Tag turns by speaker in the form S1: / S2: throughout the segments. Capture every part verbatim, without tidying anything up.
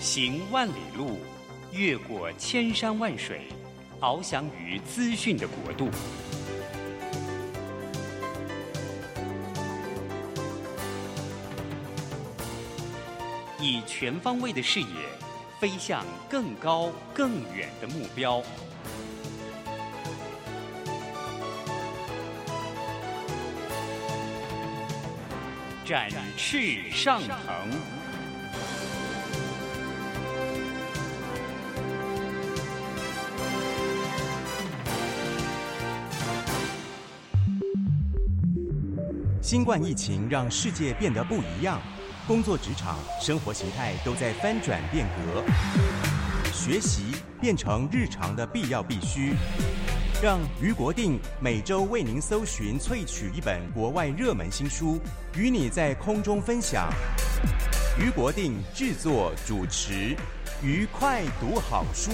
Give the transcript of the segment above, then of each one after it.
S1: 行万里路，越过千山万水，翱翔于资讯的国度。以全方位的视野，飞向更高更远的目标。展翅上腾。
S2: 新冠疫情让世界变得不一样，工作职场、生活形态都在翻转变革，学习变成日常的必要必须。让余国定每周为您搜寻萃取一本国外热门新书，与你在空中分享。余国定制作主持，愉快读好书。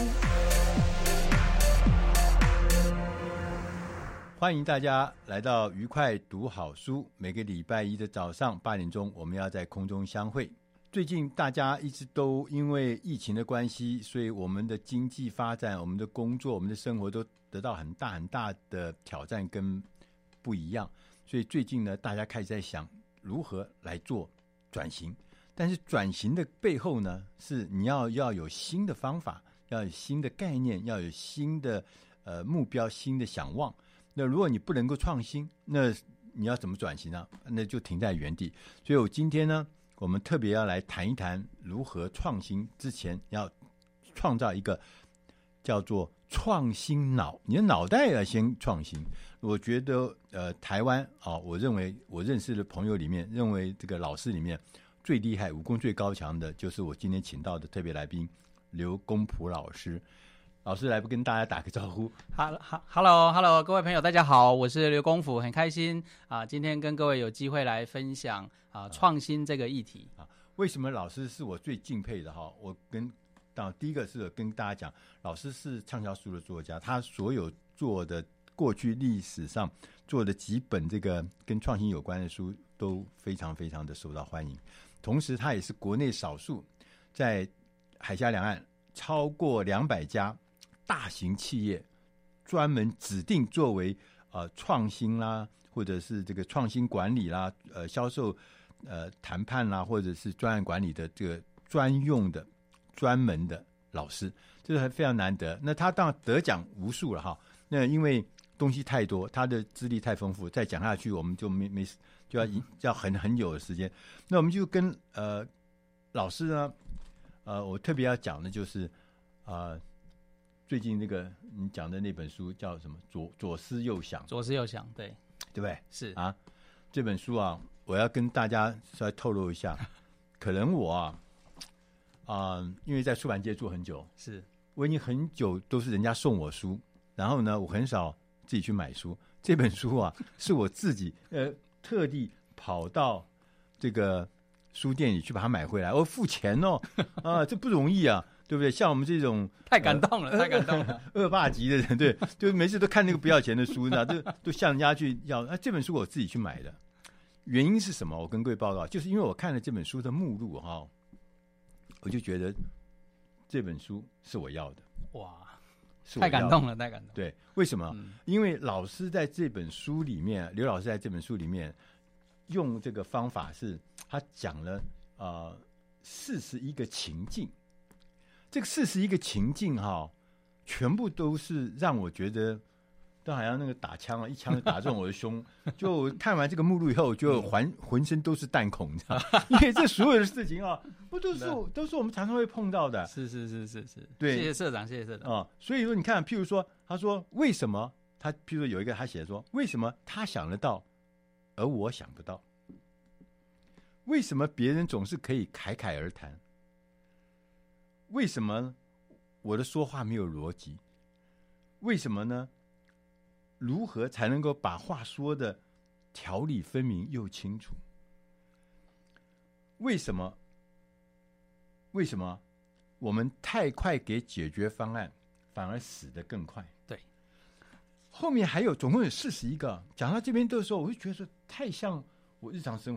S3: 欢迎大家来到愉快读好书，每个礼拜一的早上八点钟，我们要在空中相会。最近大家一直都因为疫情的关系，所以我们的经济发展、我们的工作、我们的生活都得到很大很大的挑战跟不一样。所以最近呢，大家开始在想如何来做转型。但是转型的背后呢，是你要要有新的方法，要有新的概念，要有新的呃目标、新的想望。那如果你不能够创新，那你要怎么转型呢？那就停在原地。所以我今天呢，我们特别要来谈一谈如何创新之前要创造一个叫做创新脑，你的脑袋要先创新。我觉得呃，台湾啊、哦，我认为我认识的朋友里面，认为这个老师里面最厉害、武功最高强的，就是我今天请到的特别来宾刘公朴老师。老师来不跟大家打个招呼。
S4: 哈哈 ，Hello Hello， 各位朋友，大家好，我是刘公朴，很开心啊，今天跟各位有机会来分享啊创新这个议题
S3: 啊。为什么老师是我最敬佩的哈？我跟当第一个是跟大家讲，老师是畅销书的作家，他所有做的过去历史上做的几本这个跟创新有关的书都非常非常的受到欢迎。同时，他也是国内少数在海峡两岸超过两百家大型企业专门指定作为呃创新啦，或者是这个创新管理啦、呃销售、呃谈判啦，或者是专案管理的这个专用的、专门的老师，这是非常难得。那他当然得奖无数了哈。那因为东西太多，他的资历太丰富，再讲下去我们就没没就要要很很久的时间。那我们就跟呃老师呢，呃我特别要讲的就是呃。最近那个你讲的那本书叫什么？左左思右想，
S4: 左思右想，对
S3: 对不对？
S4: 是
S3: 啊，这本书啊，我要跟大家稍微透露一下，可能我啊啊、呃，因为在出版界做很久，
S4: 是
S3: 我已经很久都是人家送我书，然后呢，我很少自己去买书。这本书啊，是我自己呃特地跑到这个书店里去把它买回来，我付钱哦啊，这不容易啊。对不对？像我们这种
S4: 太感动了，呃、太感动了，
S3: 恶霸级的人，对，就每次都看那个不要钱的书，那都都向人家去要。啊，这本书我自己去买的，原因是什么？我跟各位报告，就是因为我看了这本书的目录哈，我就觉得这本书是我要的。
S4: 哇，
S3: 是我要的，
S4: 太感动了，太感动了。
S3: 对，为什么？
S4: 嗯、
S3: 因为老师在这本书里面，刘老师在这本书里面用这个方法是，他讲了呃四十一个情境。这个四十一个情境哈、哦，全部都是让我觉得，都好像那个打枪啊，一枪就打中我的胸。就看完这个目录以后，就浑浑身都是弹孔，你知道吗？因为这所有的事情啊，不都是都是我们常常会碰到的。
S4: 是是是是是，
S3: 对，
S4: 谢谢社长，谢谢社长
S3: 啊、嗯。所以说，你看，譬如说，他说为什么他，譬如说有一个他写说，为什么他想得到，而我想不到？为什么别人总是可以侃侃而谈？为什么我的说话没有逻辑？为什么呢？如何才能够把话说的条理分明又清楚？为什么？为什么我们太快给解决方案，反而死得更快？
S4: 对，
S3: 后面还有总共有四十一个，讲到这边的时候，我就觉得说太像我日常生活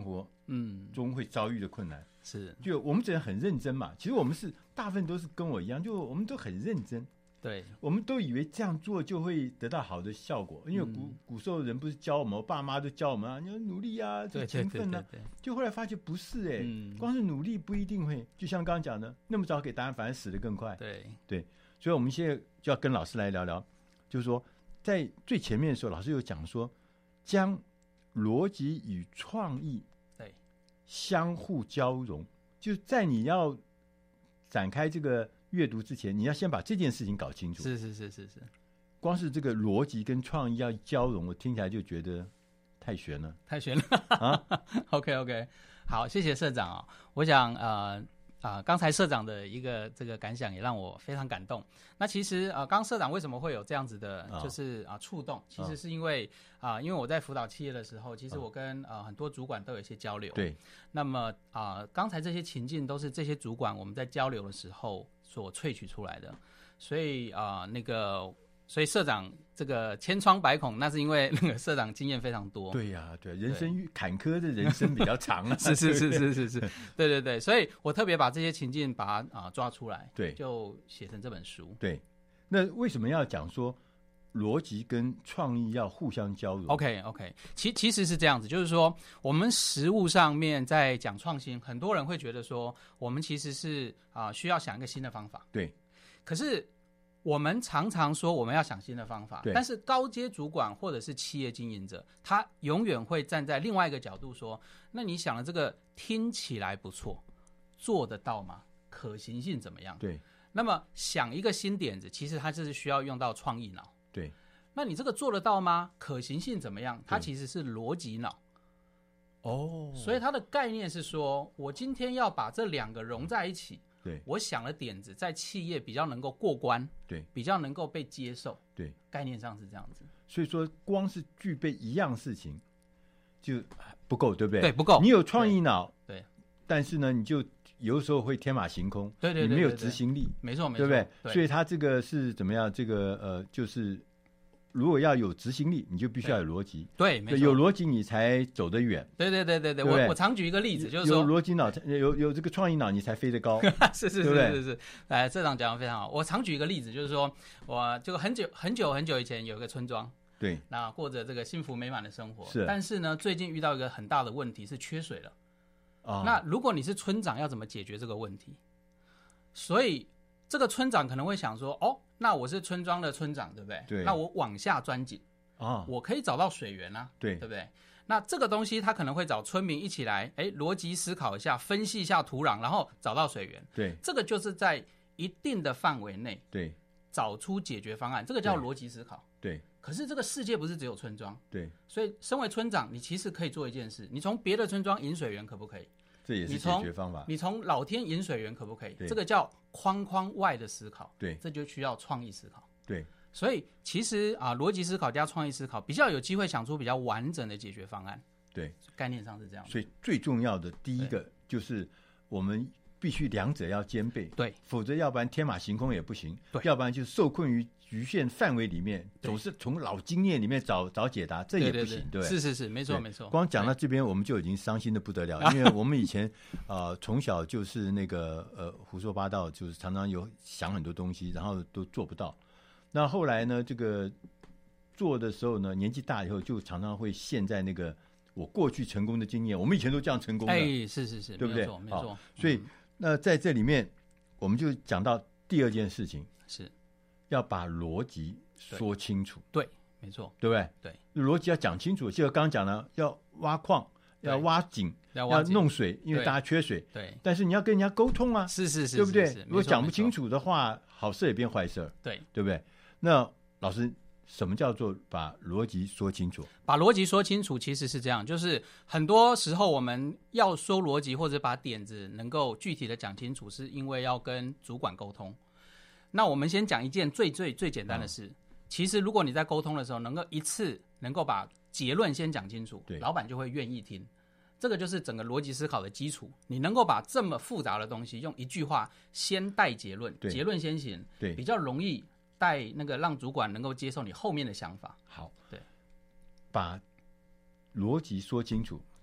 S3: 嗯中会遭遇的困难。
S4: 是，
S3: 就我们这人很认真嘛，其实我们是大部分都是跟我一样，就我们都很认真。
S4: 对，
S3: 我们都以为这样做就会得到好的效果，因为古、嗯、古时候人不是教我们，我爸妈都教我们啊，你要努力啊，
S4: 对
S3: 勤奋啊，
S4: 对对对对，
S3: 就后来发觉不是哎、欸嗯，光是努力不一定会，就像刚刚讲的，那么早给答案，反而死得更快。
S4: 对
S3: 对，所以我们现在就要跟老师来聊聊，就是说在最前面的时候，老师有讲说，将逻辑与创意
S4: 对
S3: 相互交融，就是在你要展开这个阅读之前，你要先把这件事情搞清楚。
S4: 是是是是是，
S3: 光是这个逻辑跟创意要交融，我听起来就觉得太悬了，
S4: 太悬了啊！OK OK， 好，谢谢社长啊、哦。我想呃啊，刚、呃、才社长的一个这个感想也让我非常感动。那其实啊，刚、呃、社长为什么会有这样子的，就是啊、呃、触动？其实是因为啊、呃，因为我在辅导企业的时候，其实我跟啊、呃、很多主管都有一些交流。
S3: 对。
S4: 那么啊，呃、刚才这些情境都是这些主管我们在交流的时候所萃取出来的，所以啊、呃，那个，所以社长这个千疮百孔，那是因为那个社长经验非常多。
S3: 对呀、啊，对，人生坎坷的人生比较长啊。
S4: 是是是是是是，对对对，所以我特别把这些情境把它啊、呃、抓出来，
S3: 对，
S4: 就写成这本书。
S3: 对，那为什么要讲说逻辑跟创意要互相交融
S4: ？OK OK， 其其实是这样子，就是说我们实务上面在讲创新，很多人会觉得说，我们其实是啊、呃、需要想一个新的方法。
S3: 对，
S4: 可是我们常常说我们要想新的方法，但是高阶主管或者是企业经营者，他永远会站在另外一个角度说，那你想的这个听起来不错，做得到吗？可行性怎么样？
S3: 对，
S4: 那么想一个新点子，其实它就是需要用到创意脑。
S3: 对，
S4: 那你这个做得到吗？可行性怎么样？它其实是逻辑脑。
S3: 哦，
S4: 所以它的概念是说，我今天要把这两个融在一起。
S3: 对，
S4: 我想的点子在企业比较能够过关，
S3: 对，
S4: 比较能够被接受，
S3: 对，
S4: 概念上是这样子。
S3: 所以说，光是具备一样事情就不够，对不对？
S4: 对，不够。
S3: 你有创意脑，
S4: 对，对
S3: 但是呢，你就有时候会天马行空，
S4: 对 对, 对, 对, 对，
S3: 你没有执行力，
S4: 没错没错，
S3: 对不对？
S4: 对，
S3: 所以它这个是怎么样？这个呃，就是如果要有执行力，你就必须要有逻辑。
S4: 对，没错，
S3: 有逻辑你才走得远。
S4: 对对对对对，我我常举一个例子，就是说
S3: 有逻辑脑，有有这个创意脑，你才飞得高。
S4: 是是是是是是，哎，社长讲的非常好。我常举一个例子，就是说我就很久很久很久以前有一个村庄，
S3: 对，
S4: 那过着这个幸福美满的生活。
S3: 是，
S4: 但是呢，最近遇到一个很大的问题，是缺水了。
S3: 啊，
S4: 那如果你是村长，要怎么解决这个问题？所以这个村长可能会想说，哦，那我是村庄的村长，对不对？
S3: 对，
S4: 那我往下钻井。啊，我可以找到水源啊，
S3: 对，
S4: 对不对？那这个东西他可能会找村民一起来，哎，逻辑思考一下，分析一下土壤，然后找到水源。
S3: 对，
S4: 这个就是在一定的范围内，
S3: 对，
S4: 找出解决方案，这个叫逻辑思考。
S3: 对。
S4: 可是这个世界不是只有村庄，
S3: 对，
S4: 所以身为村长，你其实可以做一件事，你从别的村庄引水源可不可以？
S3: 这也是解决方法。
S4: 你从老天引水源可不可以？这个叫框框外的思考。
S3: 对，
S4: 这就需要创意思考。
S3: 对。
S4: 所以其实啊，逻辑思考加创意思考比较有机会想出比较完整的解决方案。
S3: 对，
S4: 概念上是这样。
S3: 所以最重要的第一个就是我们必须两者要兼备，
S4: 对，
S3: 否则要不然天马行空也不行，
S4: 对，
S3: 要不然就是受困于局限范围里面，总是从老经验里面找找解答，这也不行， 对, 对, 对, 对，
S4: 是是是，没错没错。
S3: 光讲到这边我们就已经伤心的不得了，因为我们以前呃从小就是那个呃胡说八道，就是常常有想很多东西，然后都做不到。那后来呢，这个做的时候呢，年纪大以后就常常会陷在那个我过去成功的经验，我们以前都这样成功的，
S4: 哎，是是是，
S3: 对不对？
S4: 没错没错。
S3: 所以、嗯、那在这里面，我们就讲到第二件事情，
S4: 是
S3: 要把逻辑说清楚。
S4: 对，没错，
S3: 对不对？
S4: 对，
S3: 逻辑要讲清楚。就像刚刚讲了，要挖矿，要挖井，要弄水，因为大家缺水。
S4: 对，
S3: 但是你要跟人家沟通啊，
S4: 是是是，
S3: 对不对？
S4: 是是是，
S3: 如果讲不清楚的话，好事也变坏事，
S4: 对，
S3: 对不对？那老师，什么叫做把逻辑说清楚？
S4: 把逻辑说清楚其实是这样，就是很多时候我们要说逻辑或者把点子能够具体的讲清楚，是因为要跟主管沟通。那我们先讲一件最最最简单的事，嗯、其实如果你在沟通的时候能够一次能够把结论先讲清楚，老板就会愿意听。这个就是整个逻辑思考的基础，你能够把这么复杂的东西用一句话先带结论，结论先行，
S3: 对，
S4: 比较容易带那个让主管能够接受你后面的想法。
S3: 好，
S4: 对，
S3: 把逻辑说清楚，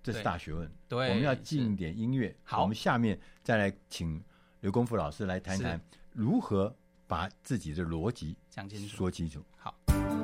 S3: 这是大学问。
S4: 对，
S3: 我们要进一点音乐。
S4: 好，
S3: 我们下面再来请刘功夫老师来谈谈如何把自己的逻辑
S4: 讲清楚、
S3: 说清楚。
S4: 好。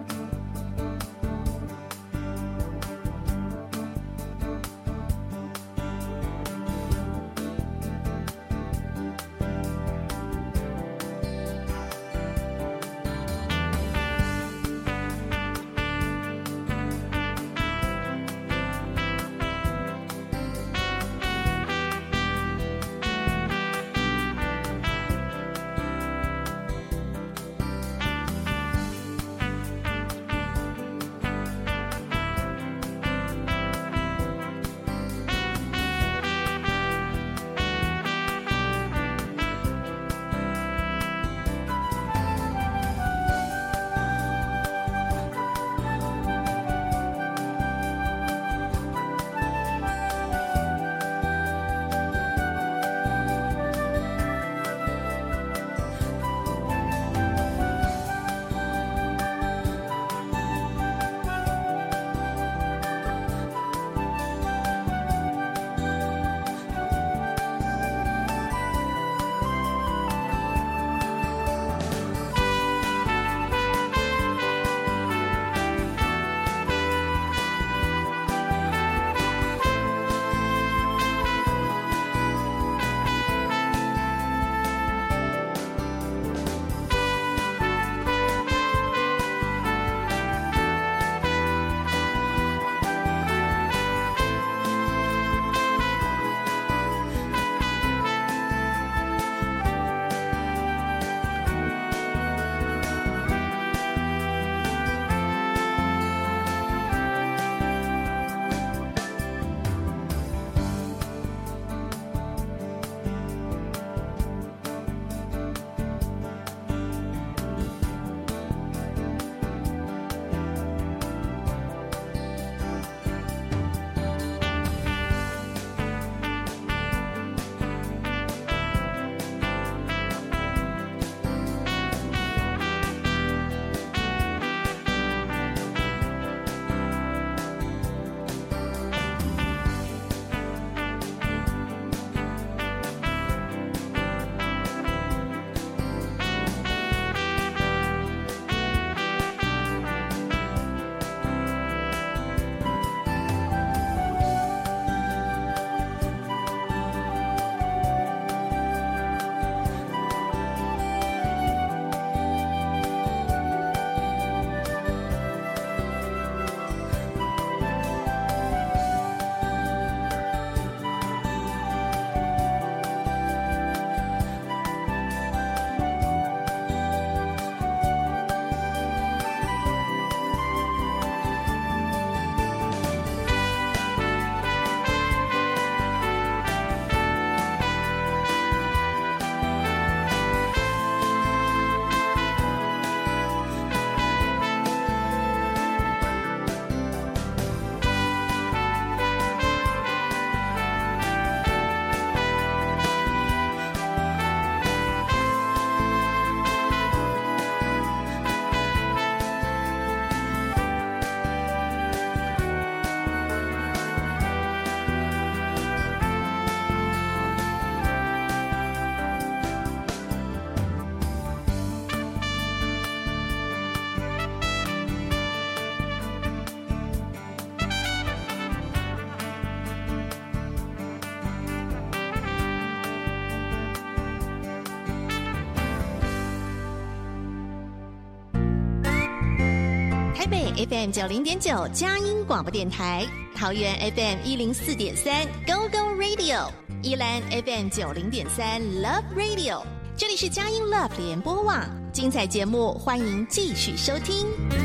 S5: 北 F M 九零点九佳音广播电台，桃园 F M 一零四点三 Go Go Radio， 宜兰 F M 九零点三 Love Radio， 这里是佳音 Love 联播网，精彩节目欢迎继续收听。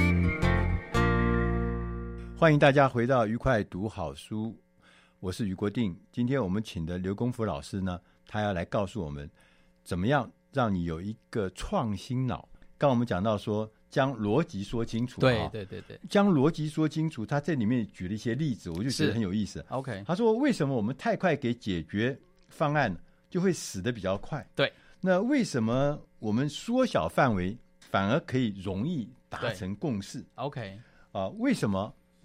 S3: 欢迎大家回到愉快读好书，我是余国定。今天我们请的刘功夫老师呢，他要来告诉我们怎么样让你有一个创新脑。刚我们讲到说将逻辑说清楚，
S4: 对对对对，
S3: 将逻辑说清楚，他这里面举了一些例子，我就觉得很有意思。
S4: OK，
S3: 他说为什么我们太快给解决方案就会死得比较快？
S4: 对，
S3: 那为什么我们缩小范围反而可以容易达成共识
S4: ？OK，
S3: 啊，为什么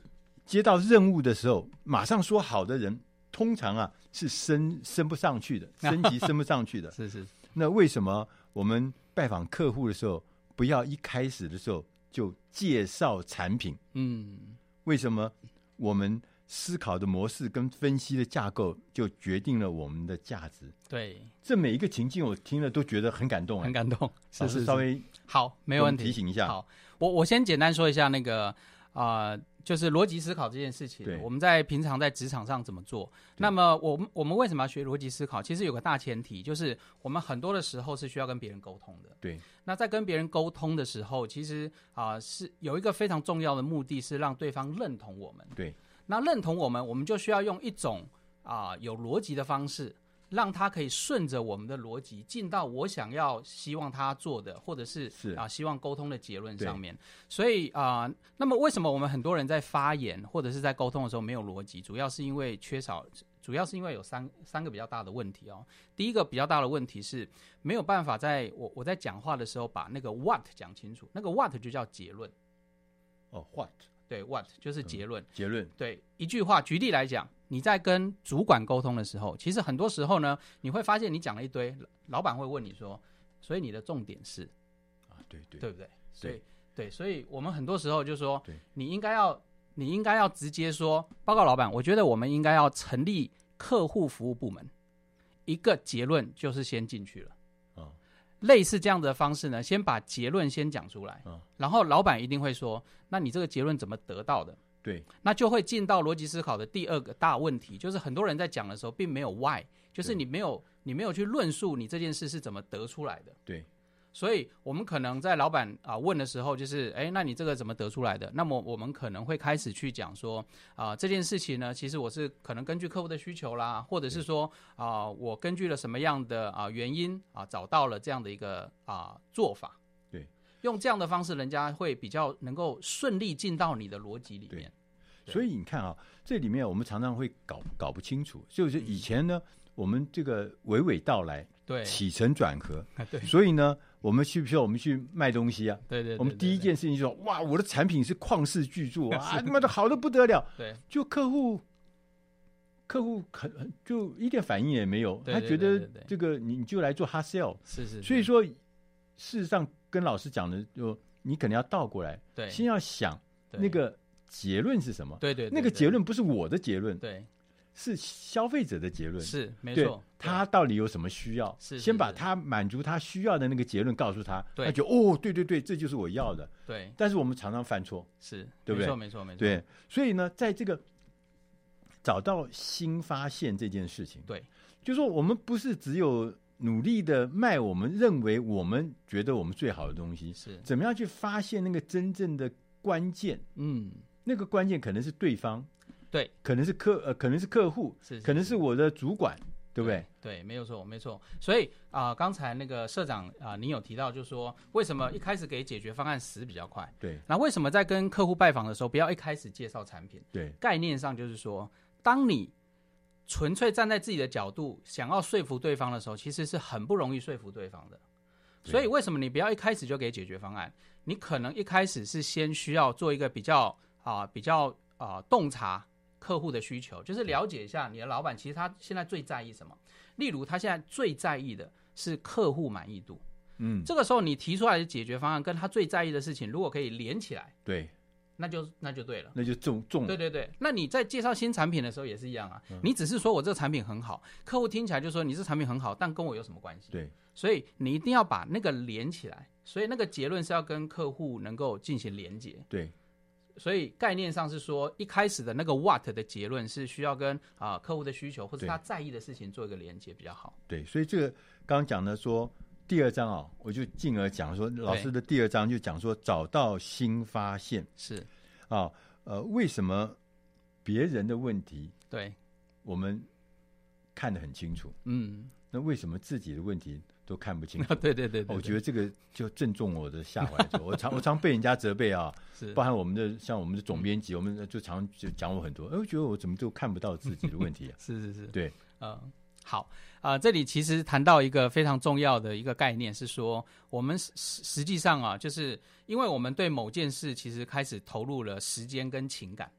S3: 接到任务的时候，马上说好的人，通常啊是升升不上去的，升级升不上去的。
S4: 是是。
S3: 那为什么我们拜访客户的时候，不要一开始的时候就介绍产品？
S4: 嗯，
S3: 为什么我们思考的模式跟分析的架构就决定了我们的价值？
S4: 对，
S3: 这每一个情境我听了都觉得很感动，
S4: 很感动。是是是，
S3: 稍微
S4: 好，没问题，
S3: 提醒一下。
S4: 好，我我先简单说一下那个啊、呃，就是逻辑思考这件事情，我们在平常在职场上怎么做？那么我们我们为什么要学逻辑思考？其实有个大前提，就是我们很多的时候是需要跟别人沟通的。
S3: 对。
S4: 那在跟别人沟通的时候，其实啊、呃、是有一个非常重要的目的是让对方认同我们。
S3: 对。
S4: 那认同我们，我们就需要用一种啊、呃、有逻辑的方式，让他可以顺着我们的逻辑进到我想要希望他做的，或者是啊、呃、希望沟通的结论上面。所以啊、呃，那么为什么我们很多人在发言或者是在沟通的时候没有逻辑？主要是因为缺少，主要是因为有三三个比较大的问题哦。第一个比较大的问题是没有办法在我我在讲话的时候把那个 what 讲清楚，那个 what 就叫结论。
S3: 哦 ，what。
S4: 对 ，what 就是结论、嗯。
S3: 结论。
S4: 对，一句话，举例来讲，你在跟主管沟通的时候，其实很多时候呢，你会发现你讲了一堆，老板会问你说，所以你的重点是
S3: 啊，对对，
S4: 对不对？所以对，所以我们很多时候就说，
S3: 对，
S4: 你应该要，你应该要直接说，报告老板，我觉得我们应该要成立客户服务部门，一个结论就是先进去了。
S3: 哦。
S4: 类似这样的方式呢，先把结论先讲出来、嗯，然后老板一定会说，那你这个结论怎么得到的？
S3: 对，
S4: 那就会进到逻辑思考的第二个大问题，就是很多人在讲的时候并没有 why， 就是你没有你没有去论述你这件事是怎么得出来的。
S3: 对，
S4: 所以我们可能在老板啊、呃、问的时候，就是哎，那你这个怎么得出来的？那么我们可能会开始去讲说啊、呃、这件事情呢，其实我是可能根据客户的需求啦，或者是说啊、呃、我根据了什么样的啊、呃、原因啊、呃、找到了这样的一个啊、呃、做法。
S3: 对，
S4: 用这样的方式，人家会比较能够顺利进到你的逻辑里面。
S3: 所以你看啊，这里面我们常常会搞搞不清楚，就是以前呢，我们这个娓娓道来，
S4: 对，
S3: 起承转合，
S4: 对，
S3: 所以呢，我们需不需要我们去卖东西啊？
S4: 对 对, 对, 对, 对，
S3: 我们第一件事情就说，哇，我的产品是旷世巨著啊，他妈的好的不得了，
S4: 对，
S3: 就客户客户很就一点反应也没有，
S4: 对对对对对，
S3: 他觉得这个你你就来做 hard sell，
S4: 是 是, 是，
S3: 所以说事实上跟老师讲的，就你可能要倒过来，
S4: 对，
S3: 先要想那个结论是什么？
S4: 对 对, 对, 对，
S3: 那个结论不是我的结论，
S4: 对，
S3: 是消费者的结论，
S4: 是没错。
S3: 他到底有什么需要？
S4: 是
S3: 先把他满足他需要的那个结论告诉他，
S4: 对，
S3: 他觉得哦，对对对，这就是我要的。
S4: 对，
S3: 但是我们常常犯错，
S4: 是，
S3: 对不对？
S4: 没错没错没错。
S3: 对，所以呢，在这个找到新发现这件事情，
S4: 对，
S3: 就是说我们不是只有努力的卖我们认为我们觉得我们最好的东西，
S4: 是
S3: 怎么样去发现那个真正的关键？
S4: 嗯。
S3: 那个关键可能是对方，
S4: 对，
S3: 可能是客呃，可能是客户，
S4: 是, 是, 是，
S3: 可能是我的主管，对不对？
S4: 对，对没有错，没错。所以啊，刚、呃、才那个社长啊、呃，你有提到，就是说为什么一开始给解决方案死比较快？
S3: 对。
S4: 那为什么在跟客户拜访的时候，不要一开始介绍产品？
S3: 对，
S4: 概念上就是说，当你纯粹站在自己的角度想要说服对方的时候，其实是很不容易说服对方的。所以为什么你不要一开始就给解决方案？你可能一开始是先需要做一个比较。啊，比较啊，洞察客户的需求，就是了解一下你的老板，其实他现在最在意什么。例如，他现在最在意的是客户满意度。
S3: 嗯，
S4: 这个时候你提出来的解决方案跟他最在意的事情，如果可以连起来，
S3: 对，
S4: 那就那就对了，
S3: 那就中中了。
S4: 对对对，那你在介绍新产品的时候也是一样啊，嗯、你只是说我这个产品很好，客户听起来就说你这产品很好，但跟我有什么关系？
S3: 对，
S4: 所以你一定要把那个连起来，所以那个结论是要跟客户能够进行连结。
S3: 对。
S4: 所以概念上是说，一开始的那个 what 的结论是需要跟啊、呃、客户的需求或者他在意的事情做一个连接比较好。
S3: 对，所以这个刚刚讲的说第二章啊，我就进而讲说老师的第二章就讲说找到新发现
S4: 是
S3: 啊呃为什么别人的问题
S4: 对
S3: 我们看得很清楚，嗯，那为什么自己的问题都看不清楚？
S4: 对, 对, 对, 对, 对，
S3: 我觉得这个就正中我的下怀。我常我常被人家责备啊，
S4: 是
S3: 包含我们的像我们的总编辑，嗯、我们就常就讲我很多，哎，我觉得我怎么都看不到自己的问题啊。
S4: 是是是，
S3: 对，
S4: 嗯、呃，好啊、呃，这里其实谈到一个非常重要的一个概念，是说我们实实际上啊，就是因为我们对某件事其实开始投入了时间跟情感。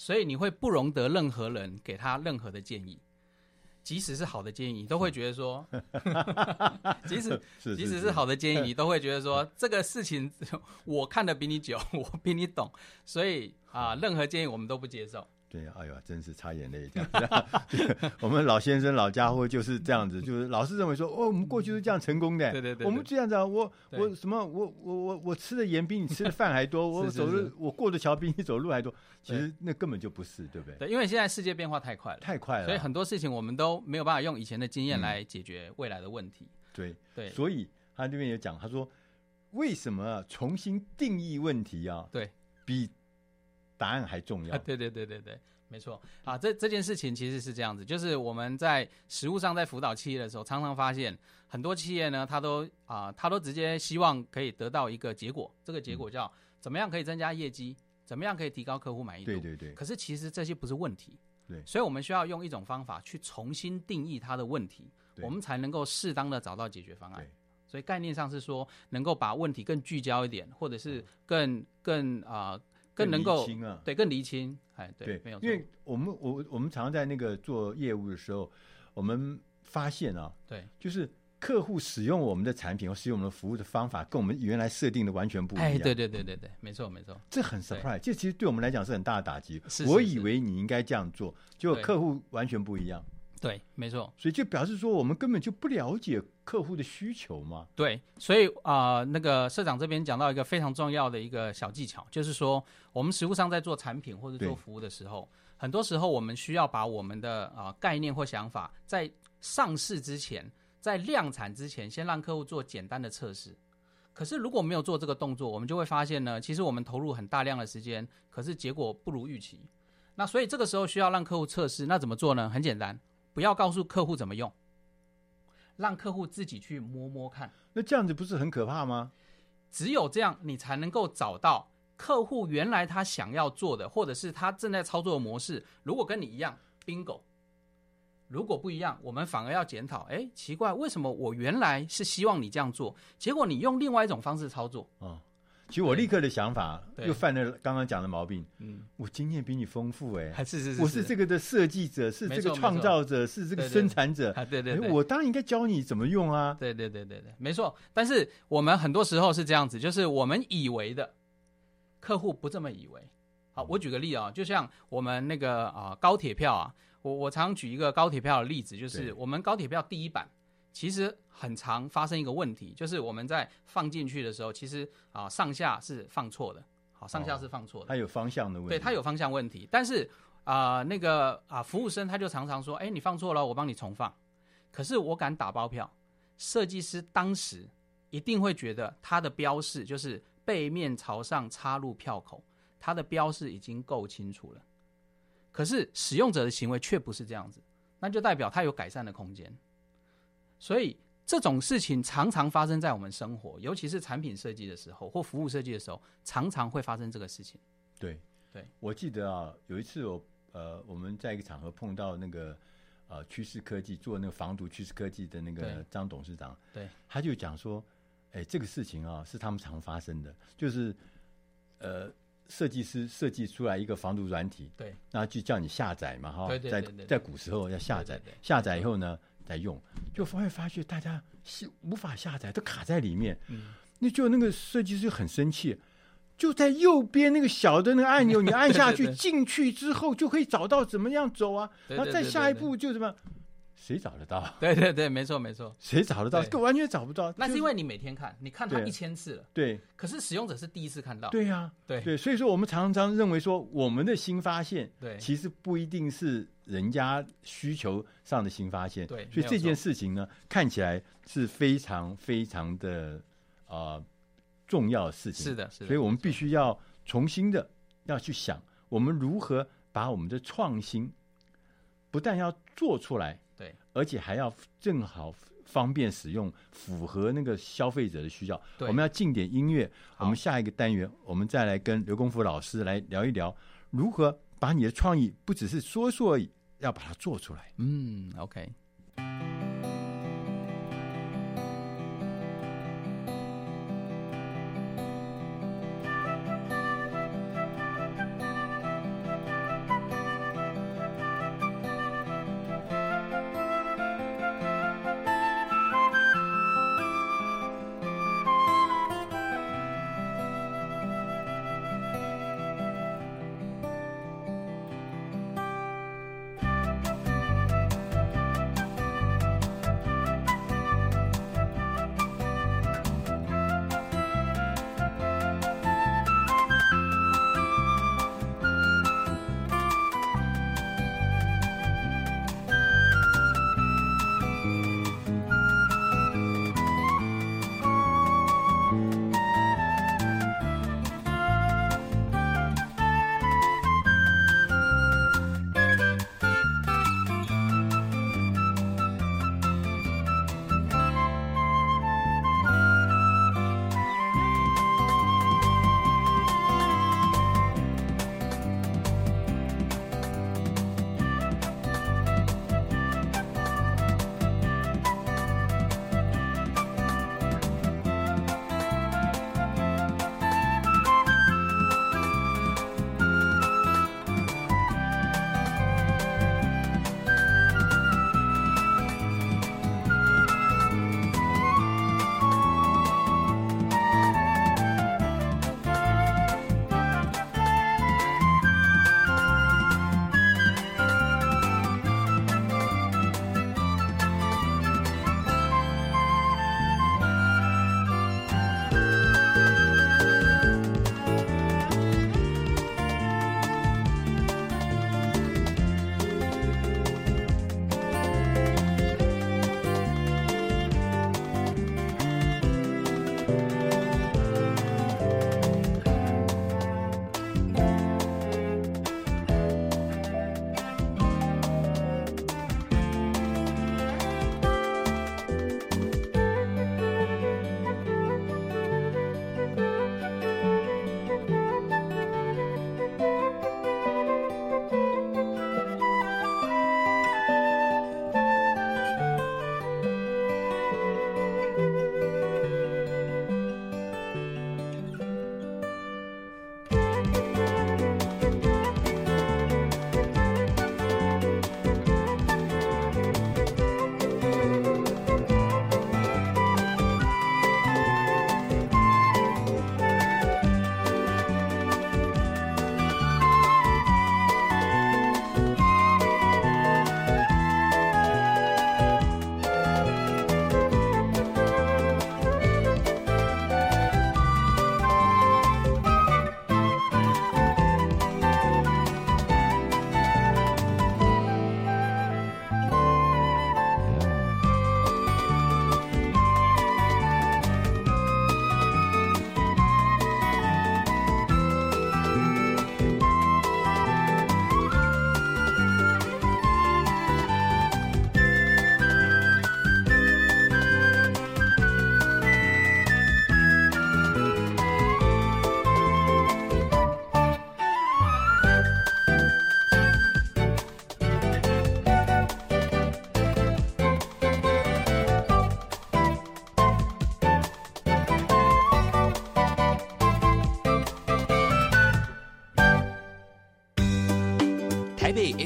S4: 所以你会不容得任何人给他任何的建议。即使是好的建议，你都会觉得说，即使
S3: 是
S4: 即使是好的建议，你都会觉得说，这个事情我看得比你久，我比你懂，所以啊，任何建议我们都不接受。
S3: 对，哎呦，真是擦眼泪这样子。我们老先生、老家伙就是这样子，就是老是认为说，哦，我们过去是这样成功的，
S4: 对对 对, 对，
S3: 我们这样子啊，我我什么，我我我我吃的盐比你吃的饭还多，我走路我过的桥比你走路还多，其实那根本就不是，对不对？
S4: 对，因为现在世界变化太快了，
S3: 太快了，
S4: 所以很多事情我们都没有办法用以前的经验来解决未来的问题。
S3: 嗯、对
S4: 对，
S3: 所以他这边也讲，他说为什么重新定义问题啊？
S4: 对，
S3: 比答案还重要。
S4: 啊、对对对对对。没错啊，这这件事情其实是这样子，就是我们在实务上在辅导企业的时候，常常发现很多企业呢，他都啊，他都直接希望可以得到一个结果，这个结果叫怎么样可以增加业绩，怎么样可以提高客户满意度。
S3: 对对对。
S4: 可是其实这些不是问题，
S3: 对，
S4: 所以我们需要用一种方法去重新定义它的问题，我们才能够适当的找到解决方案。所以概念上是说，能够把问题更聚焦一点，或者是更更啊。呃更能够
S3: 更啊、
S4: 对更厘清，哎，对，
S3: 对，
S4: 没有错。
S3: 因为我们我我们常常在那个做业务的时候，我们发现啊，
S4: 对，
S3: 就是客户使用我们的产品或使用我们的服务的方法，跟我们原来设定的完全不一样。
S4: 哎，对对对对对，没错没错，
S3: 这很 surprise， 这其实对我们来讲是很大的打击。
S4: 是是是，
S3: 我以为你应该这样做，结果客户完全不一样。
S4: 对，没错，
S3: 所以就表示说我们根本就不了解客户的需求嘛。
S4: 对，所以啊、呃，那个社长这边讲到一个非常重要的一个小技巧，就是说我们实务上在做产品或者做服务的时候，很多时候我们需要把我们的啊、呃、概念或想法在上市之前，在量产之前，先让客户做简单的测试。可是如果没有做这个动作，我们就会发现呢，其实我们投入很大量的时间，可是结果不如预期。那所以这个时候需要让客户测试，那怎么做呢？很简单。不要告诉客户怎么用，让客户自己去摸摸看。
S3: 那这样子不是很可怕吗？
S4: 只有这样，你才能够找到客户原来他想要做的，或者是他正在操作的模式。如果跟你一样 ，bingo； 如果不一样，我们反而要检讨。哎，奇怪，为什么我原来是希望你这样做，结果你用另外一种方式操作？
S3: 哦，其实我立刻的想法又犯了刚刚讲的毛病。嗯，我经验比你丰富，哎，
S4: 还是是是，
S3: 我是这个的设计者，是这个创造者，是这个生产者。
S4: 对对对，
S3: 我当然应该教你怎么用啊。
S4: 对对对对对，没错。但是我们很多时候是这样子，就是我们以为的，客户不这么以为。好，我举个例啊，就像我们那个啊、呃、高铁票啊，我我常举一个高铁票的例子，就是我们高铁票第一版。其实很常发生一个问题，就是我们在放进去的时候，其实啊上下是放错的，好上下是放错的，
S3: 哦、它有方向的问题，
S4: 对，它有方向问题。但是啊、呃、那个啊服务生他就常常说，哎，你放错了，我帮你重放。可是我敢打包票，设计师当时一定会觉得他的标示就是背面朝上插入票口，他的标示已经够清楚了。可是使用者的行为却不是这样子，那就代表他有改善的空间。所以这种事情常常发生在我们生活，尤其是产品设计的时候或服务设计的时候，常常会发生这个事情。
S3: 对
S4: 对，
S3: 我记得啊，有一次我呃我们在一个场合碰到那个呃趋势科技做那个防毒趋势科技的那个张董事长，
S4: 对，
S3: 他就讲说，哎，这个事情啊是他们常发生的，就是呃设计师设计出来一个防毒软体，
S4: 对，
S3: 然后就叫你下载嘛，哈，
S4: 在
S3: 在古时候要下载，
S4: 对对对，
S3: 下载以后呢。在用，就会发觉大家无法下载，都卡在里面。嗯，那就那个设计师很生气，就在右边那个小的那个按钮，你按下去，进去之后就可以找到怎么样走啊。
S4: 对对对对对，
S3: 然后再下一步就怎么样？谁找得到？
S4: 对对对，没错没错。
S3: 谁找得到？这个完全找不到。
S4: 那是因为你每天看，你看它一千次了。
S3: 对。
S4: 可是使用者是第一次看到。
S3: 对呀、啊，
S4: 对
S3: 对，所以说我们常常认为说，我们的新发现，
S4: 对，
S3: 其实不一定是人家需求上的新发现。
S4: 对。
S3: 所以这件事情呢，看起来是非常非常的呃重要的事情。
S4: 是的，是的。
S3: 所以我们必须要重新的要去想，我们如何把我们的创新，不但要做出来。
S4: 对，
S3: 而且还要正好方便使用，符合那个消费者的需要。我们要进点音乐，我们下一个单元，我们再来跟刘功夫老师来聊一聊，如何把你的创意不只是说说而已，要把它做出来。
S4: 嗯 ，OK。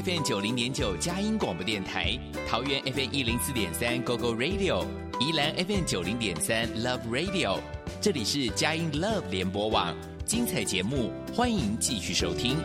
S6: F M 九零点九佳音广播电台，桃园 F M 一零四点三 Go Go Radio， 宜兰 F M 九零点三 Love Radio， 这里是佳音 Love 联播网，精彩节目欢迎继续收听。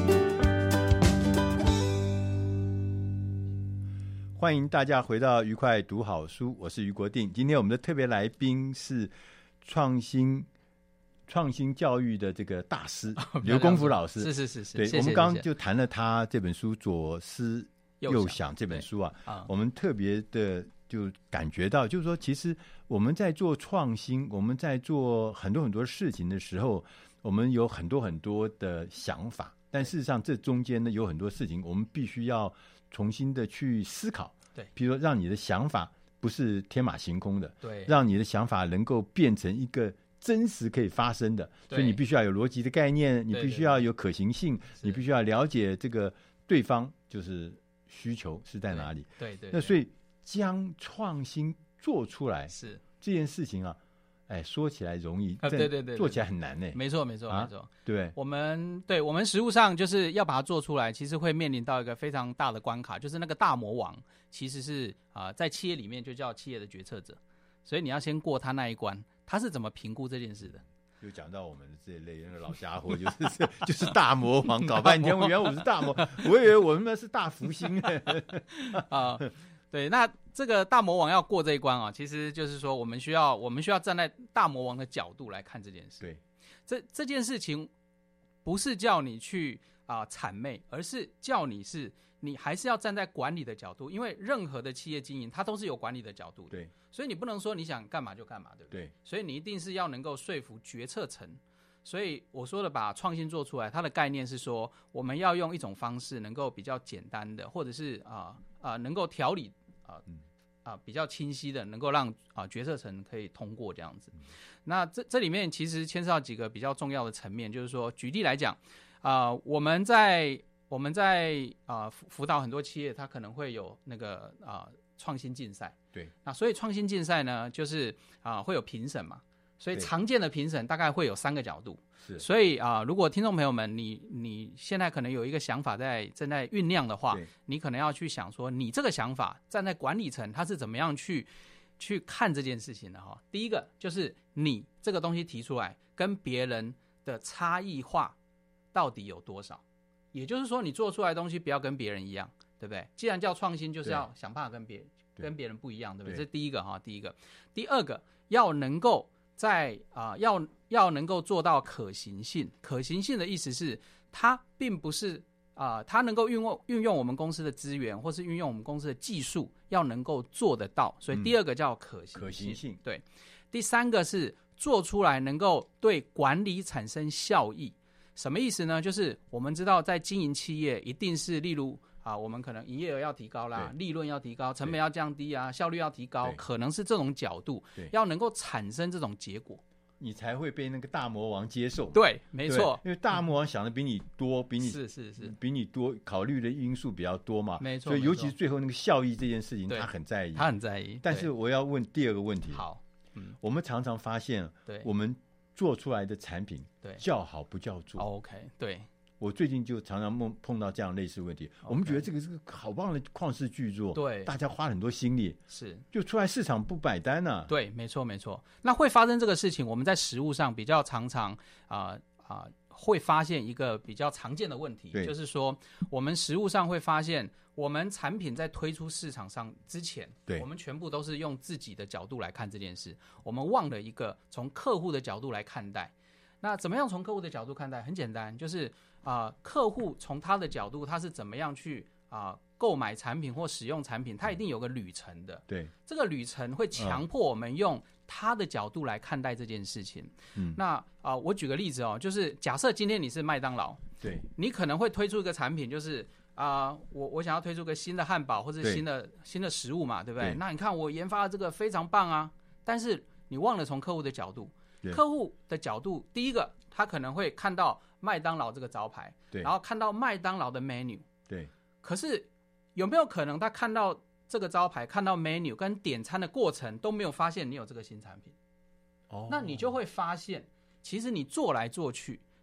S3: 欢迎大家回到愉快读好书，我是余国定。今天我们的特别来宾是创新创新教育的这个大师刘功夫老师。
S4: 是是是是，
S3: 对，
S4: 谢谢
S3: 我们刚
S4: 谢谢
S3: 刚就谈了他这本书《左思右想》这本书啊，
S4: 啊
S3: 我们特别的就感觉到，就是说，其实我们在做创新，我们在做很多很多事情的时候，我们有很多很多的想法，但事实上这中间呢有很多事情，我们必须要重新的去思考。
S4: 对，
S3: 比如说让你的想法不是天马行空的，
S4: 对，
S3: 让你的想法能够变成一个真实可以发生的，所以你必须要有逻辑的概念，你必须要有可行性，你必须要了解这个对方就是需求是在哪里。
S4: 对 对, 对，
S3: 那所以将创新做出来
S4: 是
S3: 这件事情啊，哎，说起来容易，
S4: 啊、对, 对, 对对，
S3: 做起来很难呢。
S4: 没错没错、啊、没错，
S3: 对，
S4: 我们对我们实务上就是要把它做出来，其实会面临到一个非常大的关卡，就是那个大魔王其实是啊、呃，在企业里面就叫企业的决策者，所以你要先过他那一关，他是怎么评估这件事的。
S3: 就讲到我们这一类那个老家伙，就是就是大魔王，搞半天，我原来我是大魔，我以为我们是大福星
S4: 啊。对，那这个大魔王要过这一关啊，其实就是说，我们需要我们需要站在大魔王的角度来看这件事。
S3: 对，
S4: 这这件事情不是叫你去啊、呃、谄媚，而是叫你是你还是要站在管理的角度，因为任何的企业经营它都是有管理的角度的。
S3: 对，
S4: 所以你不能说你想干嘛就干嘛，对不对？
S3: 对，
S4: 所以你一定是要能够说服决策层。所以我说的把创新做出来，它的概念是说，我们要用一种方式能够比较简单的，或者是啊啊、呃、能够条理啊啊、
S3: 嗯
S4: 呃、比较清晰的，能够让啊、呃、决策层可以通过这样子。
S3: 嗯、
S4: 那这这里面其实牵涉到几个比较重要的层面，就是说，举例来讲，啊、呃、我们在我们在啊、呃、辅辅导很多企业，它可能会有那个啊、呃、创新竞赛。
S3: 对，
S4: 那所以创新竞赛呢，就是啊、呃、会有评审嘛。所以常见的评审大概会有三个角度，
S3: 是。
S4: 所以啊、呃，如果听众朋友们，你你现在可能有一个想法在正在酝酿的话，你可能要去想说，你这个想法站在管理层，他是怎么样去去看这件事情的哈？第一个就是你这个东西提出来，跟别人的差异化到底有多少？也就是说，你做出来的东西不要跟别人一样，对不对？既然叫创新，就是要想办法跟别跟别人不一样，对不对？这是第一个哈，第一个。第二个要能够在啊、呃，要要能够做到可行性。可行性的意思是，它并不是啊、呃，它能够运用运用我们公司的资源，或是运用我们公司的技术，要能够做得到。所以第二个叫可行性。嗯、可行性对。第三个是做出来能够对管理产生效益。什么意思呢？就是我们知道，在经营企业，一定是例如。啊，我们可能营业额要提高啦，利润要提高，成本要降低啊，效率要提高，可能是这种角度，要能够产生这种结果，
S3: 你才会被那个大魔王接受。
S4: 对，没错，
S3: 因为大魔王想的比你多，比你
S4: 是是是，
S3: 比你多，考虑的因素比较多嘛，
S4: 没错。
S3: 所以尤其是最后那个效益这件事情，他很在意，
S4: 他很在意。
S3: 但是我要问第二个问题，
S4: 好，嗯，
S3: 我们常常发现，
S4: 对，
S3: 我们做出来的产品，
S4: 对，
S3: 叫好不叫座。
S4: OK， 对。
S3: 我最近就常常碰碰到这样类似问题， okay. 我们觉得这个是个好棒的旷世巨作，
S4: 对，
S3: 大家花很多心力，
S4: 是，
S3: 就出来市场不买单呢、啊。
S4: 对，没错没错。那会发生这个事情，我们在实务上比较常常啊啊、呃呃、会发现一个比较常见的问题，就是说我们实务上会发现，我们产品在推出市场上之前，
S3: 对，
S4: 我们全部都是用自己的角度来看这件事，我们忘了一个从客户的角度来看待。那怎么样从客户的角度看待？很简单，就是啊、呃，客户从他的角度，他是怎么样去啊、呃、购买产品或使用产品，他一定有个旅程的。
S3: 对，
S4: 这个旅程会强迫我们用他的角度来看待这件事情。嗯，那啊、呃，我举个例子哦，就是假设今天你是麦当劳，
S3: 对，
S4: 你可能会推出一个产品，就是啊、呃，我我想要推出个新的汉堡或者新的新的食物嘛，对不对？对，那你看我研发的这个非常棒啊，但是你忘了从客户的角度。客户的角度，第一个他可能会看到麦当劳这个招牌，然后看到麦当劳的 menu，
S3: 对。
S4: 可是有没有可能他看到这个招牌、看到 menu 跟点餐的过程都没有发现你有这个新产品？哦，那你就会发现，其实你做来做去，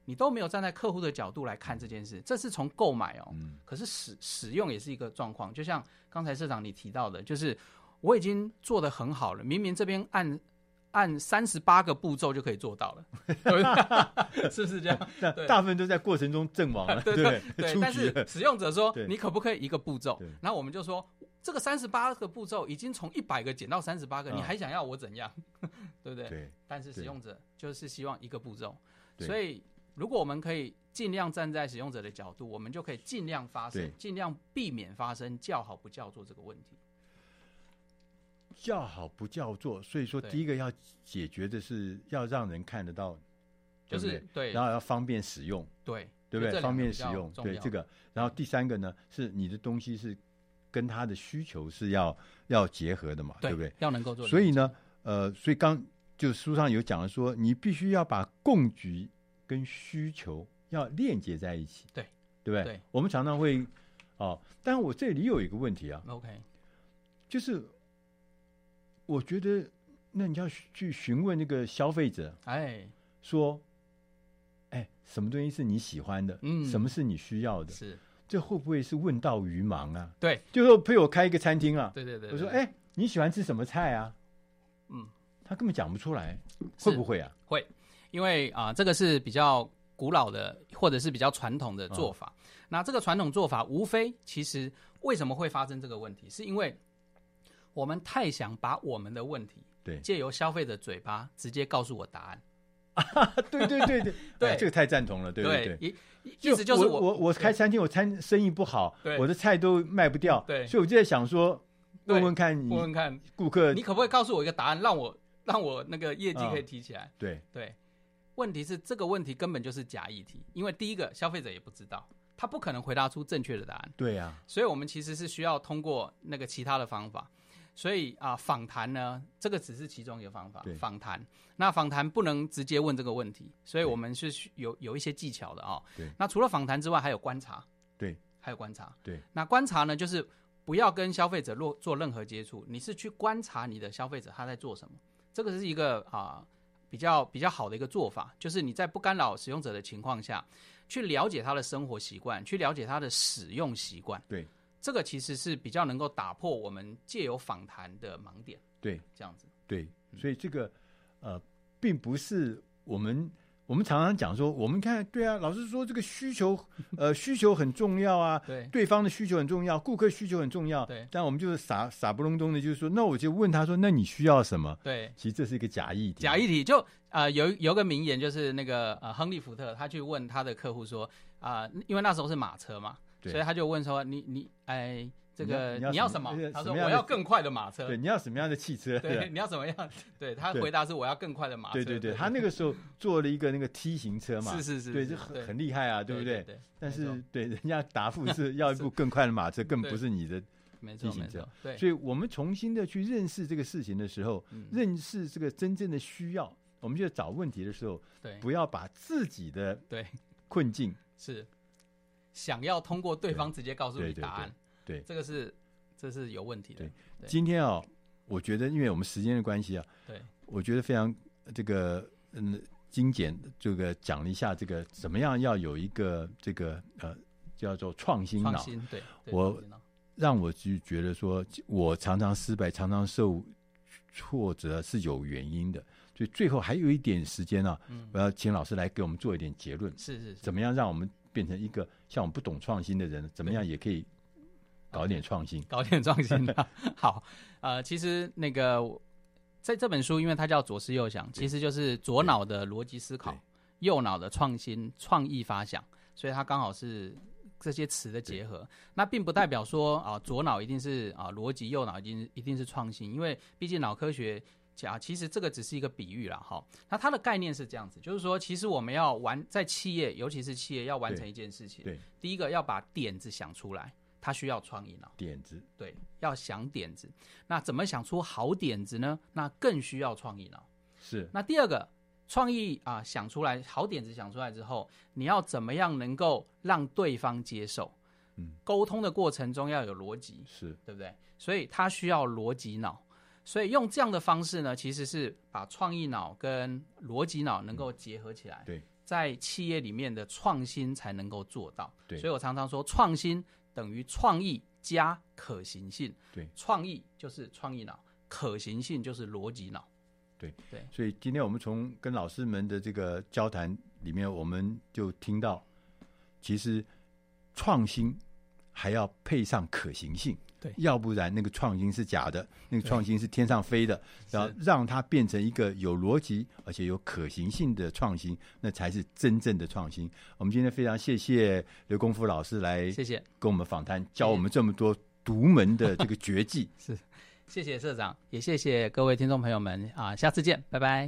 S4: 你都没有站在客户的角度来看这件事，这是从购买哦，
S3: 嗯、
S4: 可是使使用也是一个状况。就像刚才社长你提到的，就是我已经做得很好了，明明这边按按三十八个步骤就可以做到了，是不是这样？
S3: 但大部分都在过程中阵亡了，
S4: 对
S3: 对
S4: 对。但是使用者说，你可不可以一个步骤？然后我们就说，这个三十八个步骤已经从一百个减到三十八个，你还想要我怎样？对不对？
S3: 对。
S4: 但是使用者就是希望一个步骤，所以如果我们可以尽量站在使用者的角度，我们就可以尽量发生，尽量避免发生叫好不叫座这个问题。
S3: 叫好不叫座，所以说第一个要解决的是要让人看得到，
S4: 就是
S3: 对,
S4: 对，
S3: 然后要方便使用，
S4: 对
S3: 对不对？方便使用，对这个。然后第三个呢，是你的东西是跟他的需求是要要结合的嘛， 对, 对不对？
S4: 要能够做。
S3: 所以呢，呃，所以刚就书上有讲了说，你必须要把供给跟需求要链接在一起，
S4: 对，
S3: 对不对？对，我们常常会哦，但我这里有一个问题啊
S4: ，OK，
S3: 就是。我觉得，那你要去询问那个消费者，
S4: 哎，
S3: 说，哎，什么东西是你喜欢的？嗯，什么是你需要的？
S4: 是，
S3: 这会不会是问道于盲啊？
S4: 对，
S3: 就说陪我开一个餐厅啊，
S4: 对对 对, 对，
S3: 我说，哎，你喜欢吃什么菜啊？嗯，他根本讲不出来，会不会啊？
S4: 会，因为啊、呃，这个是比较古老的，或者是比较传统的做法。哦、那这个传统做法，无非其实为什么会发生这个问题，是因为我们太想把我们的问题，
S3: 对，
S4: 借由消费者嘴巴直接告诉我答案。
S3: 啊、对对对对
S4: 对、
S3: 哎，这个太赞同了，对对对。
S4: 意思就是
S3: 我我我开餐厅，我餐生意不好，我的菜都卖不掉，
S4: 对，
S3: 所以我就在想说，问问看你，
S4: 问问看
S3: 顾客，
S4: 你可不可以告诉我一个答案，让我让我那个业绩可以提起来？
S3: 哦、对
S4: 对。问题是这个问题根本就是假议题，因为第一个消费者也不知道。他不可能回答出正确的答案，
S3: 对呀、啊，
S4: 所以我们其实是需要通过那个其他的方法。所以啊，访谈呢，这个只是其中一个方法。访谈，那访谈不能直接问这个问题，所以我们是有有一些技巧的啊、哦。
S3: 对。
S4: 那除了访谈之外，还有观察。
S3: 对。
S4: 还有观察。
S3: 对。
S4: 那观察呢，就是不要跟消费者做做任何接触，你是去观察你的消费者他在做什么。这个是一个啊比较比较好的一个做法，就是你在不干扰使用者的情况下，去了解他的生活习惯，去了解他的使用习惯。
S3: 对。
S4: 这个其实是比较能够打破我们借由访谈的盲点，
S3: 对，
S4: 这样子，
S3: 对，所以这个呃，并不是我们我们常常讲说，我们看对啊，老师说这个需求呃需求很重要啊，
S4: 对，
S3: 对方的需求很重要，顾客需求很重要，
S4: 对，
S3: 但我们就是傻傻不隆咚的，就是说，那我就问他说，那你需要什么？
S4: 对，
S3: 其实这是一个假议题，
S4: 假议题就呃有有个名言，就是那个呃亨利福特他去问他的客户说啊、呃，因为那时候是马车嘛。所以他就问说：“你你哎，这个你要什么？”他说：“我要更快的马车。”
S3: 对，你要什么样的汽车？
S4: 对，你要什么样？对他回答是：“我要更快的马车。”
S3: 对对对，他那个时候做了一个那个 T 型车嘛，
S4: 是是是，
S3: 对，这很很厉害啊，对不对？
S4: 对。
S3: 但是对人家答复是要一部更快的马车，更不是你的 T 型车。
S4: 对，
S3: 所以我们重新的去认识这个事情的时候，认识这个真正的需要，我们就找问题的时候，
S4: 对，
S3: 不要把自己的
S4: 对
S3: 困境
S4: 是。想要通过对方直接告诉你答案，
S3: 对，对对对
S4: 这个是这是有问题的。
S3: 对，对今天啊、哦，我觉得因为我们时间的关系啊，
S4: 对，
S3: 我觉得非常这个嗯精简，这个讲了一下这个怎么样要有一个这个呃叫做创新脑，
S4: 创新对，对
S3: 我让我就觉得说，我常常失败，常常受挫折是有原因的。所以最后还有一点时间啊，嗯、我要请老师来给我们做一点结论，
S4: 是是是，
S3: 怎么样让我们变成一个像我们不懂创新的人，怎么样也可以搞点创新，
S4: 搞点创新的。好，呃，其实那个在这本书，因为它叫左思右想，其实就是左脑的逻辑思考，右脑的创新、创意发想，所以它刚好是这些词的结合。那并不代表说啊、呃，左脑一定是啊逻辑，右脑一定一定是创新，因为毕竟脑科学。啊，其实这个只是一个比喻啦，哈。那它的概念是这样子，就是说，其实我们要完在企业，尤其是企业要完成一件事情，
S3: 对，对
S4: 第一个要把点子想出来，它需要创意脑。
S3: 点子，
S4: 对，要想点子。那怎么想出好点子呢？那更需要创意脑。
S3: 是。
S4: 那第二个，创意啊想出来，好点子想出来之后，你要怎么样能够让对方接受？嗯，沟通的过程中要有逻辑，
S3: 是
S4: 对不对？所以它需要逻辑脑。所以用这样的方式呢，其实是把创意脑跟逻辑脑能够结合起来，
S3: 对，
S4: 在企业里面的创新才能够做到。
S3: 对，
S4: 所以我常常说，创新等于创意加可行性。
S3: 对，
S4: 创意就是创意脑，可行性就是逻辑脑。
S3: 对
S4: 对，
S3: 所以今天我们从跟老师们的这个交谈里面，我们就听到，其实创新还要配上可行性。
S4: 对，
S3: 要不然那个创新是假的，那个创新是天上飞的，然后让它变成一个有逻辑而且有可行性的创新，那才是真正的创新。我们今天非常谢谢刘功夫老师来，
S4: 谢谢
S3: 跟我们访谈，教我们这么多独门的这个绝技。
S4: 是，谢谢社长，也谢谢各位听众朋友们啊，下次见，拜拜。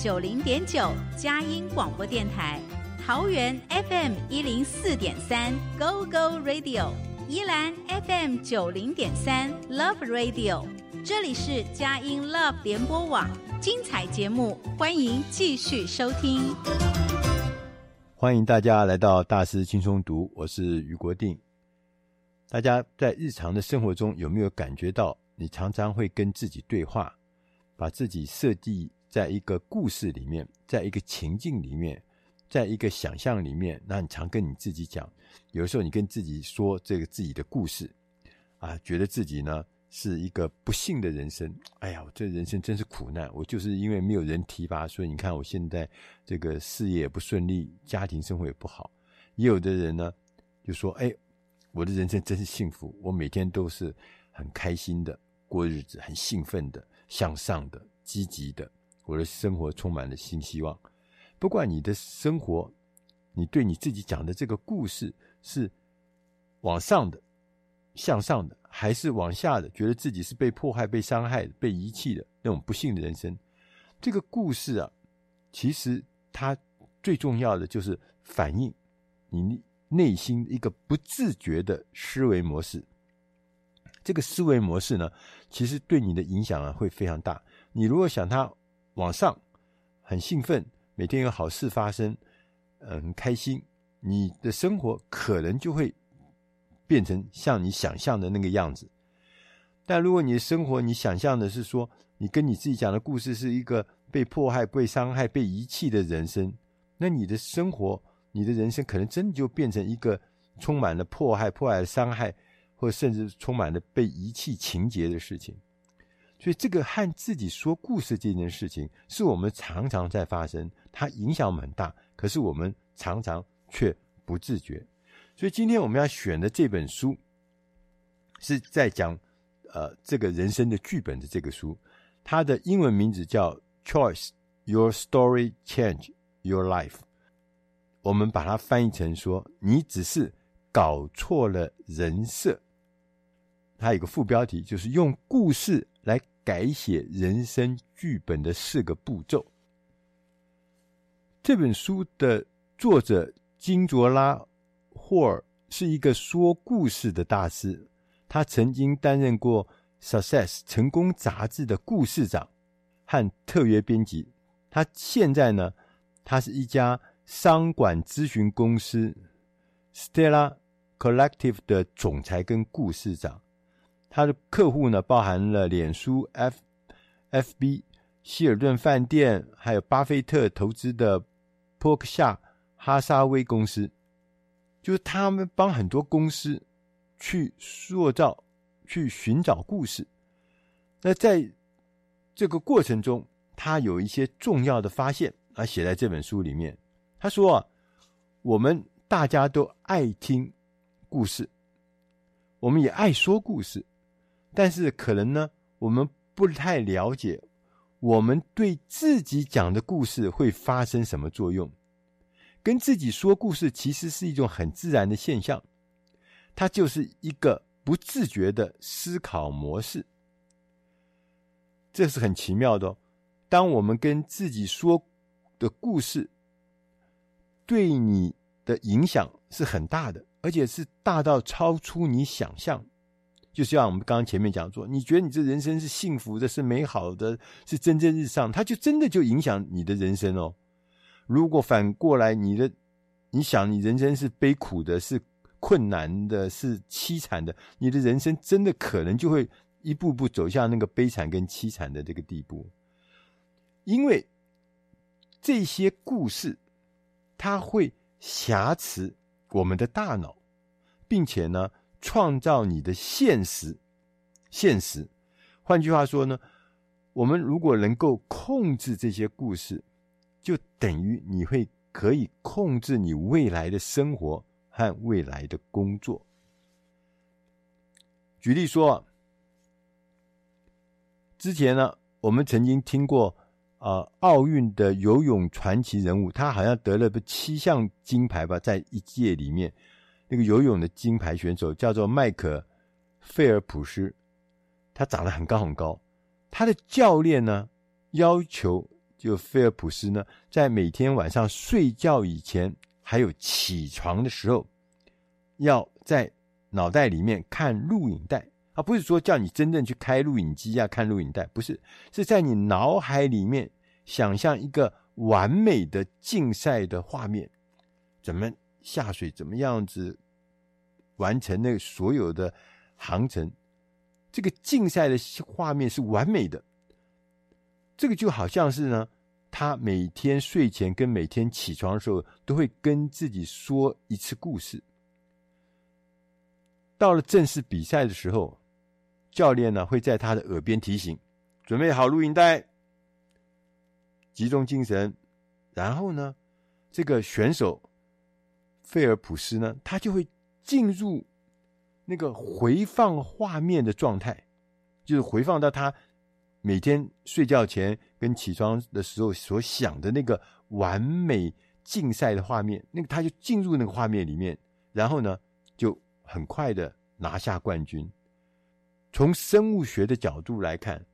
S7: 九零点九佳音广播电台，桃园 F M 一零四点三 Go Go Radio， 宜兰 F M 九零点三 Love Radio， 这里是佳音 Love 联播网，精彩节目欢迎继续收听。
S3: 欢迎大家来到大师轻松读，我是余国定。大家在日常的生活中有没有感觉到，你常常会跟自己对话，把自己设计在一个故事里面，在一个情境里面，在一个想象里面，那你常跟你自己讲，有的时候你跟自己说这个自己的故事啊，觉得自己呢是一个不幸的人生，哎呀，我这人生真是苦难，我就是因为没有人提拔，所以你看我现在这个事业也不顺利，家庭生活也不好。也有的人呢就说，哎，我的人生真是幸福，我每天都是很开心的过日子，很兴奋的，向上的，积极的，我的生活充满了新希望。不管你的生活，你对你自己讲的这个故事是往上的向上的，还是往下的觉得自己是被迫害被伤害被遗弃的那种不幸的人生，这个故事啊，其实它最重要的就是反映你内心一个不自觉的思维模式。这个思维模式呢，其实对你的影响啊会非常大。你如果想它往上，很兴奋，每天有好事发生，呃，很开心，你的生活可能就会变成像你想象的那个样子。但如果你的生活你想象的是说，你跟你自己讲的故事是一个被迫害被伤害被遗弃的人生，那你的生活你的人生可能真的就变成一个充满了迫害迫害的伤害，或甚至充满了被遗弃情节的事情。所以这个和自己说故事这件事情是我们常常在发生，它影响我们很大，可是我们常常却不自觉。所以今天我们要选的这本书是在讲呃这个人生的剧本的这个书，它的英文名字叫 Choice Your Story Change Your Life， 我们把它翻译成说，你只是搞错了人设。它有个副标题，就是用故事来改写人生剧本的四个步骤。这本书的作者金卓拉霍尔是一个说故事的大师，他曾经担任过 Success 成功杂志的故事长和特约编辑。他现在呢，他是一家商管咨询公司 Stella Collective 的总裁跟故事长。他的客户呢，包含了脸书、F FB、希尔顿饭店，还有巴菲特投资的波克夏哈撒威公司。就是他们帮很多公司去塑造、去寻找故事。那在这个过程中，他有一些重要的发现啊，写在这本书里面。他说啊，我们大家都爱听故事，我们也爱说故事，但是可能呢，我们不太了解我们对自己讲的故事会发生什么作用。跟自己说故事其实是一种很自然的现象，它就是一个不自觉的思考模式。这是很奇妙的哦。当我们跟自己说的故事对你的影响是很大的，而且是大到超出你想象。就像我们刚刚前面讲说，你觉得你这人生是幸福的，是美好的，是蒸蒸日上，它就真的就影响你的人生哦。如果反过来你的你想你人生是悲苦的，是困难的，是凄惨的，你的人生真的可能就会一步步走向那个悲惨跟凄惨的这个地步。因为这些故事它会挟持我们的大脑，并且呢创造你的现实现实换句话说呢，我们如果能够控制这些故事，就等于你会可以控制你未来的生活和未来的工作。举例说，之前呢我们曾经听过呃奥运的游泳传奇人物，他好像得了七项金牌吧，在一届里面，那个游泳的金牌选手叫做麦克费尔普斯，他长得很高很高，他的教练呢要求就菲尔普斯呢，在每天晚上睡觉以前还有起床的时候，要在脑袋里面看录影带，啊，不是说叫你真正去开录影机啊看录影带，不是，是在你脑海里面想象一个完美的竞赛的画面，怎么下水，怎么样子完成那个所有的航程，这个竞赛的画面是完美的。这个就好像是呢，他每天睡前跟每天起床的时候都会跟自己说一次故事。到了正式比赛的时候，教练呢会在他的耳边提醒，准备好录影带，集中精神，然后呢这个选手菲尔普斯呢，他就会进入那个回放画面的状态，就是回放到他每天睡觉前跟起床的时候所想的那个完美竞赛的画面，那个他就进入那个画面里面，然后呢就很快的拿下冠军。从生物学的角度来看，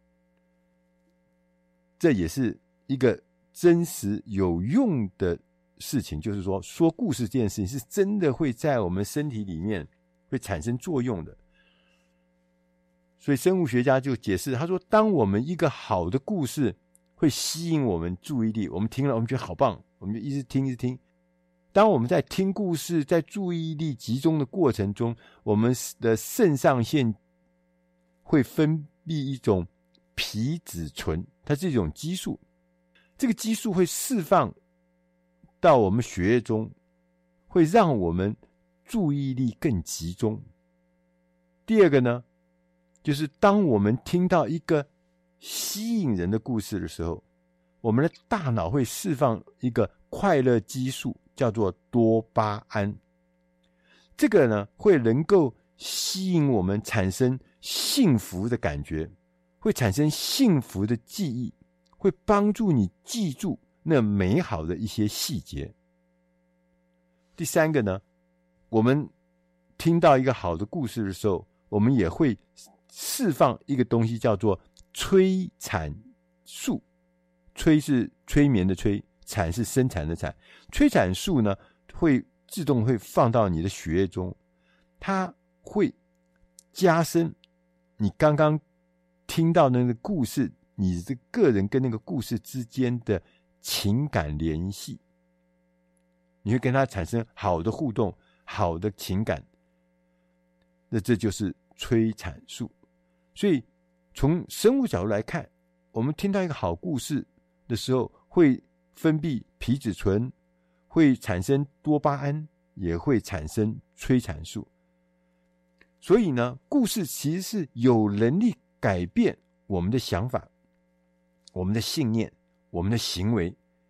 S3: 这也是一个真实有用的事情，就是说说故事这件事情是真的会在我们身体里面会产生作用的。所以生物学家就解释，他说当我们一个好的故事会吸引我们注意力，我们听了我们觉得好棒，我们就一直听一直听。当我们在听故事在注意力集中的过程中，我们的肾上腺会分泌一种皮质醇，它是一种激素，这个激素会释放到我们血液中，会让我们注意力更集中。第二个呢，就是当我们听到一个吸引人的故事的时候，我们的大脑会释放一个快乐激素，叫做多巴胺。这个呢，会能够吸引我们产生幸福的感觉，会产生幸福的记忆，会帮助你记住那美好的一些细节。第三个呢，我们听到一个好的故事的时候，我们也会释放一个东西叫做催产素。催是催眠的催，产是生产的产。催产素呢，会自动会放到你的血液中，它会加深你刚刚听到的那个故事，你的个人跟那个故事之间的情感联系，你会跟它产生好的互动，好的情感，那这就是催产素。所以从生物角度来看，我们听到一个好故事的时候，会分泌皮质醇，会产生多巴胺，也会产生催产素。所以呢，故事其实是有能力改变我们的想法，我们的信念，我们的行为。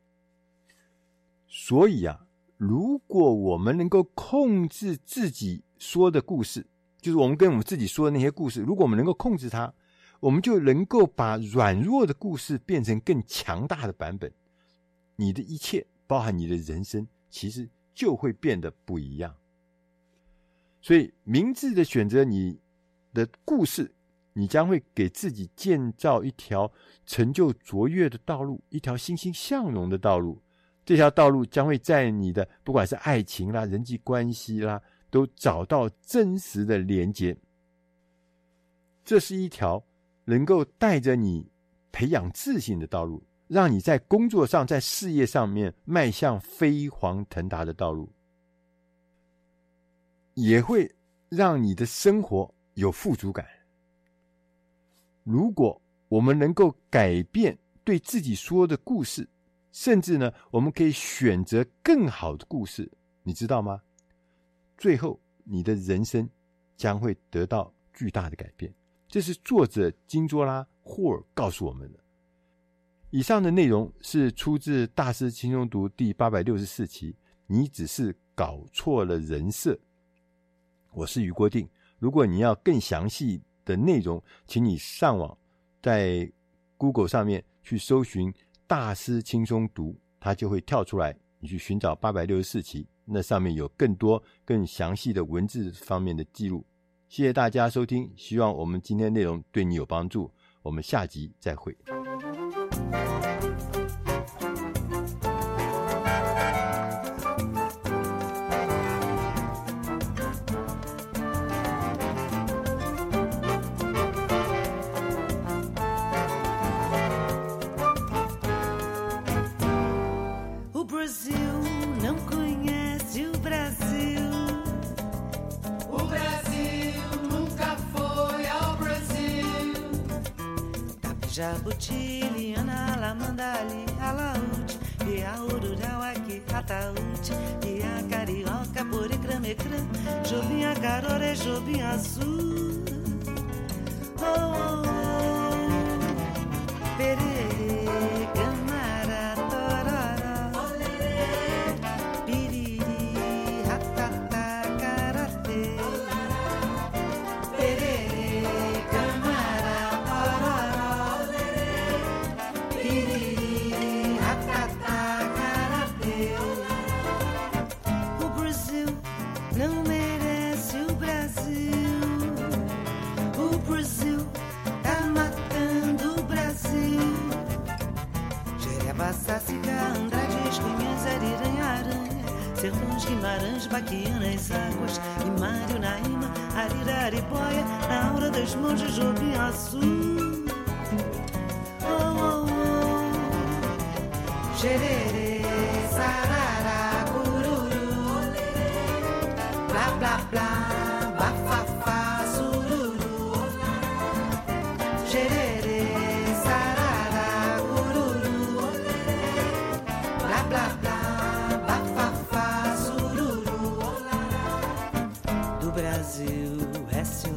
S3: 所以啊，如果我们能够控制自己说的故事，就是我们跟我们自己说的那些故事，如果我们能够控制它，我们就能够把软弱的故事变成更强大的版本。你的一切，包含你的人生，其实就会变得不一样。所以明智的选择你的故事，你将会给自己建造一条成就卓越的道路，一条欣欣向荣的道路。这条道路将会在你的不管是爱情啦、人际关系啦，都找到真实的连结。这是一条能够带着你培养自信的道路，让你在工作上、在事业上面迈向飞黄腾达的道路，也会让你的生活有富足感。如果我们能够改变对自己说的故事，甚至呢，我们可以选择更好的故事，你知道吗？最后，你的人生将会得到巨大的改变。这是作者金卓拉·霍尔告诉我们的。以上的内容是出自《大师轻松读》第八百六十四期，你只是搞错了人设。我是余国定，如果你要更详细的内容，请你上网在 Google 上面去搜寻大师轻松读，它就会跳出来，你去寻找八百六十四期，那上面有更多更详细的文字方面的记录。谢谢大家收听，希望我们今天内容对你有帮助，我们下集再会。
S8: não conhece o Brasil.
S9: O Brasil nunca foi ao Brasil.
S8: Jabuti, Liana, Lamandali, Alaúde, e a Ururauaqui, Ataúde, e a Carioca, Poricramecrã, Jobim, Carora, Jobim Azul. Oh, oh, oh, Perere, Camara, Tororó, Piriri, Ratata, Karatê, Perere, Camara, Tororó, Piriri, Ratata, Karatê. O Brasil não merece o Brasil. O Brasil tá matando o Brasil. Jereabassa, Ciga, Andrade, Cunhas, Ariranha, Aranha, Sertões, Guimarães, Baquianas, Águas, Imário, Naíma, Ariraripóia, na aura das mãos de Jobim Azul. Oh, oh, oh. Xererê, sarará, cururu, blá, blá, blá, bafafá, sururu. Xererê, sarará, cururu, blá, blá, blá, bafafá, sururu. Do Brasil, S